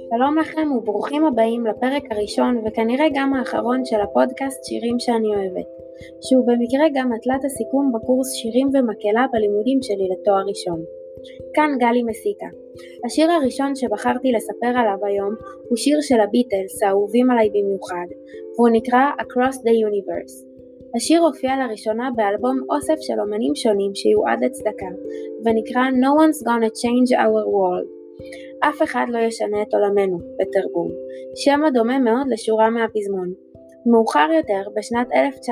שלום לכם וברוכים הבאים לפרק הראשון וכנראה גם האחרון של הפודקאסט שירים שאני אוהבת, שהוא במקרה גם מטלת הסיכום בקורס שירים ומקהלה בלימודים שלי לתואר ראשון. כאן גלי מסיקה. השיר הראשון שבחרתי לספר עליו היום הוא שיר של הביטלס האהובים עליי במיוחד, והוא נקרא Across the Universe. השיר הופיע לראשונה באלבום אוסף של אומנים שונים שיועד לצדקה, ונקרא No One's Gonna Change Our World. אף אחד לא ישנה את עולמנו, בתרגום, שם הדומה מאוד לשורה מהפזמון. מאוחר יותר, בשנת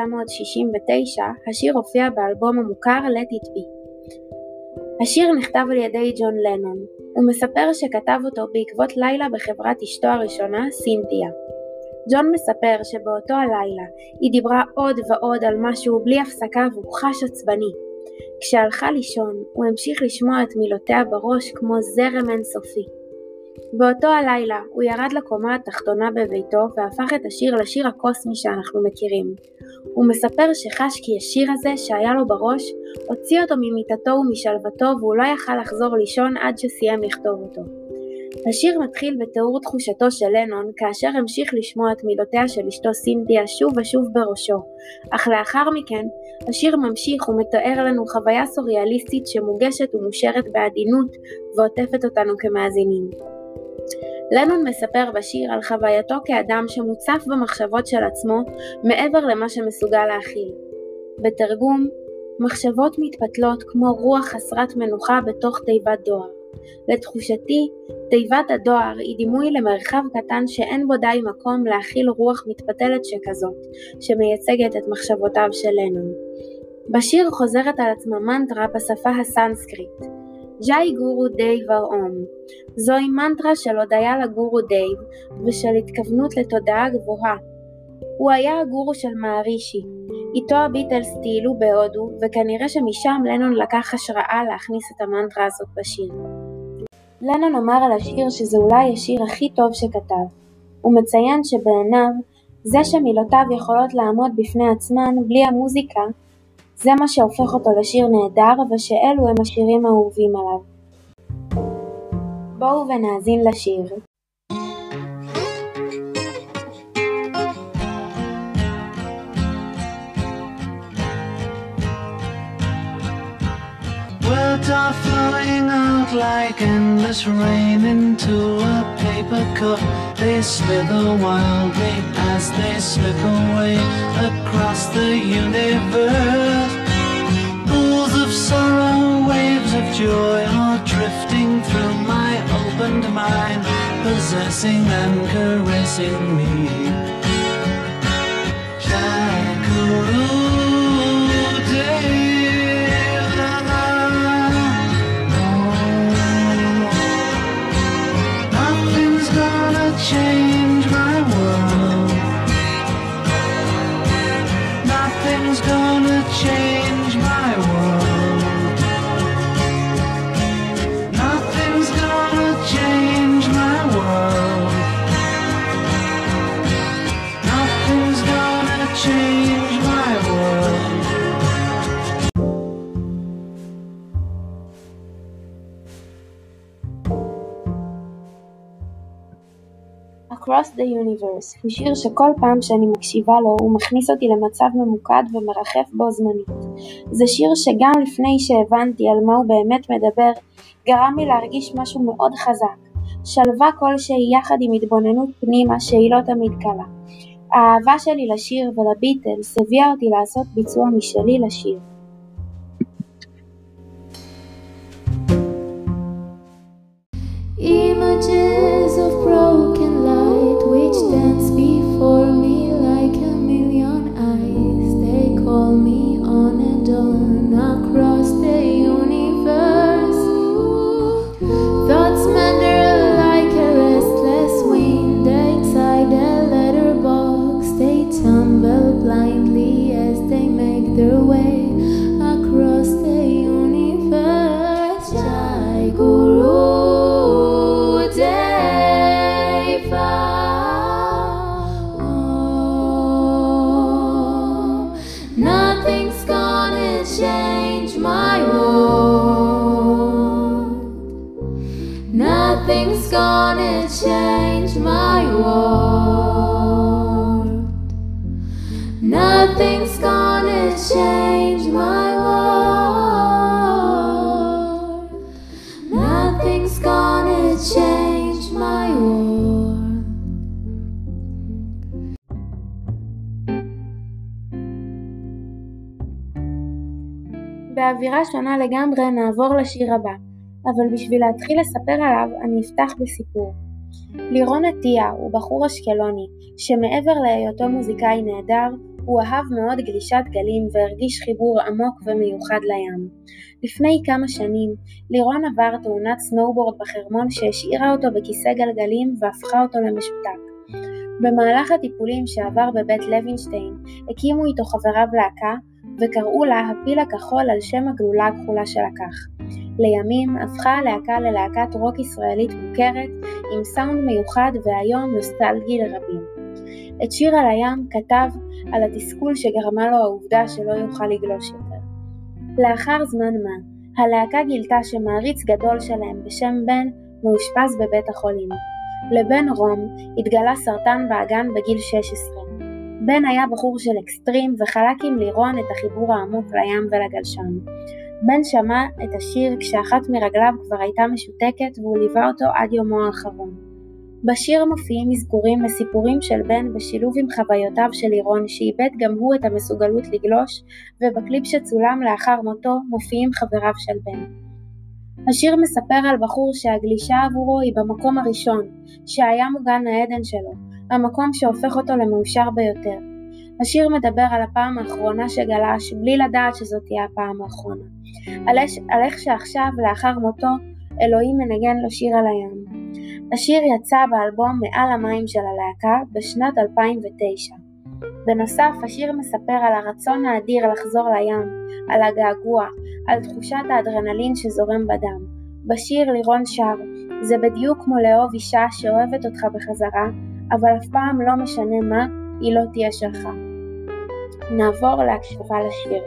1969, השיר הופיע באלבום המוכר Let It Be. השיר נכתב על ידי ג'ון לנון. הוא מספר שכתב אותו בעקבות לילה בחברת אשתו הראשונה, סינתיה. ג'ון מספר שבאותו הלילה היא דיברה עוד ועוד על משהו בלי הפסקה והוא חש עצבני. כשהלכה לישון, הוא המשיך לשמוע את מילותיה בראש כמו זרם אינסופי. באותו הלילה הוא ירד לקומה התחתונה בביתו והפך את השיר לשיר הקוסמי שאנחנו מכירים. הוא מספר שחש כי השיר הזה שהיה לו בראש הוציא אותו ממיטתו ומשלוותו והוא לא יכל לחזור לישון עד שסיים לכתוב אותו. השיר מתחיל בתיאור תחושתו של לנון כאשר המשיך לשמוע את מילותיה של אשתו סינתיה שוב ושוב בראשו, אך לאחר מכן השיר ממשיך ומתאר לנו חוויה סוריאליסטית שמוגשת ומושרת בעדינות ועוטפת אותנו כמאזינים. לנון מספר בשיר על חווייתו כאדם שמוצף במחשבות של עצמו מעבר למה שמסוגל להכיל. בתרגום, מחשבות מתפתלות כמו רוח חסרת מנוחה בתוך תיבת דואר. לתחושתי, תיבת הדואר היא דימוי למרחב קטן שאין בו די מקום להכיל רוח מתפתלת שכזאת, שמייצגת את מחשבותיו של לנון. בשיר חוזרת על עצמה מנטרה בשפה הסנסקריט. ג'אי גורו דייב אום. זוהי מנטרה של הודיה לגורו דייב ושל התכוונות לתודעה גבוהה. הוא היה הגורו של מהרישי. איתו הביטלס טיילו בהודו וכנראה שמשם לנון לקח השראה להכניס את המנטרה הזאת בשיר. לנון אמר על השיר שזה אולי השיר הכי טוב שכתב. הוא מציין שבעיניו זה שמילותיו יכולות לעמוד בפני עצמן בלי המוזיקה, זה מה שהופך אותו לשיר נהדר ושאלו הם השירים האהובים עליו. בואו ונאזין לשיר. Words are flowing out like endless rain into a paper cup. They slither wildly as they slip away across the universe. Pools of sorrow, waves of joy are drifting through my opened mind, possessing and caressing me. Change my world. Nothing's gonna change my world. Nothing's gonna change my world. Nothing's gonna change my world. Across the Universe הוא שיר שכל פעם שאני מקשיבה לו הוא מכניס אותי למצב ממוקד ומרחף בו זמנית. זה שיר שגם לפני שהבנתי על מה הוא באמת מדבר, גרם לי להרגיש משהו מאוד חזק. שלווה כלשהי יחד עם התבוננות פנימה שהיא לא תמיד קלה. האהבה שלי לשיר ולביטלס הביאה אותי לעשות ביצוע משלי לשיר. Images of broken light which dance before me like a million eyes. They call me on and on across the universe. Thoughts meander like a restless wind inside a letterbox. They tumble blindly as they make their way across the universe. Jai Guru Nothing's gonna change my world. Nothing's gonna change באווירה שונה לגמרי נעבור לשיר הבא, אבל בשביל להתחיל לספר עליו אני אפתח בסיפור. לירון עטיה הוא בחור אשקלוני שמעבר להיותו מוזיקאי נהדר, הוא אהב מאוד גלישת גלים והרגיש חיבור עמוק ומיוחד לים. לפני כמה שנים לירון עבר תאונת סנואובורד בחרמון שהשאירה אותו בכיסא גלגלים והפכה אותו למשותק. במהלך הטיפולים שעבר בבית לוינשטיין הקימו איתו חבריו להקה וקראו לה הפיל הכחול על שם הגלולה הכחולה שלקח. לימים הפכה הלהקה ללהקת רוק ישראלית מוכרת עם סאונד מיוחד והיום נוסטלגי לרבים. את שיר על הים כתב על התסכול שגרמה לו העובדה שלא יוכל לגלוש יותר. לאחר זמן מה, הלהקה גילתה שמעריץ גדול שלהם בשם בן מאושפז בבית החולים. לבן רום התגלה סרטן באגן בגיל 16. בן היה בחור של אקסטרים וחלק עם לירון את החיבור העמוק לים ולגלשן. בן שמע את השיר כשאחת מרגליו כבר הייתה משותקת והוא ליווה אותו עד יומו האחרון. בשיר מופיעים אזכורים וסיפורים של בן בשילוב עם חוויותיו של לירון שאיבד גם הוא את המסוגלות לגלוש, ובקליפ שצולם לאחר מותו מופיעים חבריו של בן. השיר מספר על בחור שהגלישה עבורו היא במקום הראשון, שהיה מוגן העדן שלו, המקום שהופך אותו למאושר ביותר. השיר מדבר על הפעם האחרונה שגלש בלי לדעת שזאת תהיה הפעם האחרונה. על איך שעכשיו לאחר מותו אלוהים מנגן לו שיר על הים. השיר יצא באלבום מעל המים של הלהקה בשנת 2009. בנוסף השיר מספר על הרצון האדיר לחזור לים, על הגעגוע, על תחושת האדרנלין שזורם בדם. בשיר לירון שר, זה בדיוק כמו לאהוב אישה שאוהבת אותך בחזרה, אבל אף פעם לא משנה מה, היא לא תהיה שלך. נעבור להקשבה לשיר.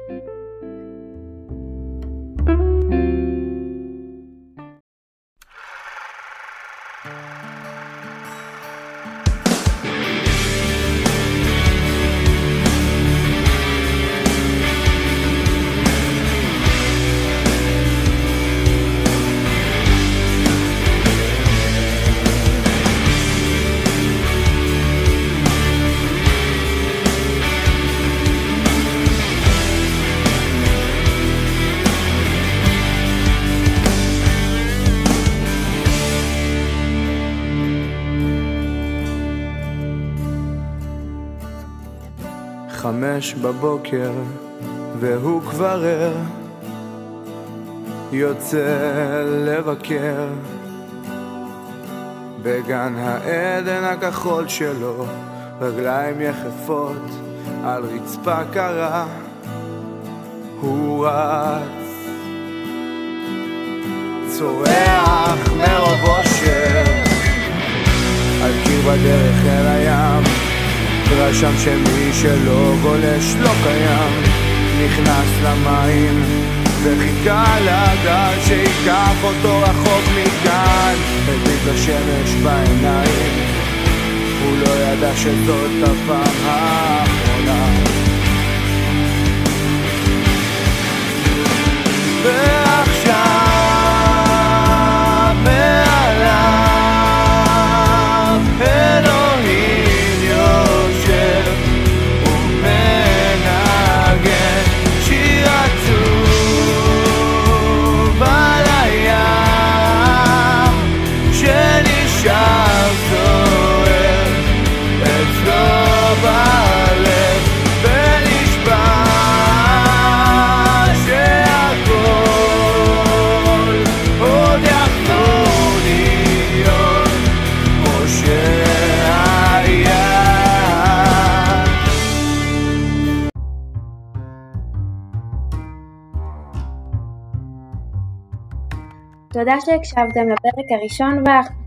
חמש בבוקר והוא כבר ער, יוצא לבקר בגן העדן הכחול שלו, רגליים יחפות על רצפה קרה, הוא רץ צורח מרוב אושר על קיר בדרך אל הים, רשם שמי שלא גולש לא קיים, נכנס למים וחיכה לגל שיקח אותו רחוק מכאן, הדליק השמש בעיניים, הוא לא ידע שזאת הפעם האחרונה. ועכשיו מעליו אלוהים יושב ומנגן שיר עצוב על הים שנשאר זוהר אצלו בלב, ונשבע שהכל עוד יחזור להיות כמו שהיה. תודה שהקשבתם לפרק הראשון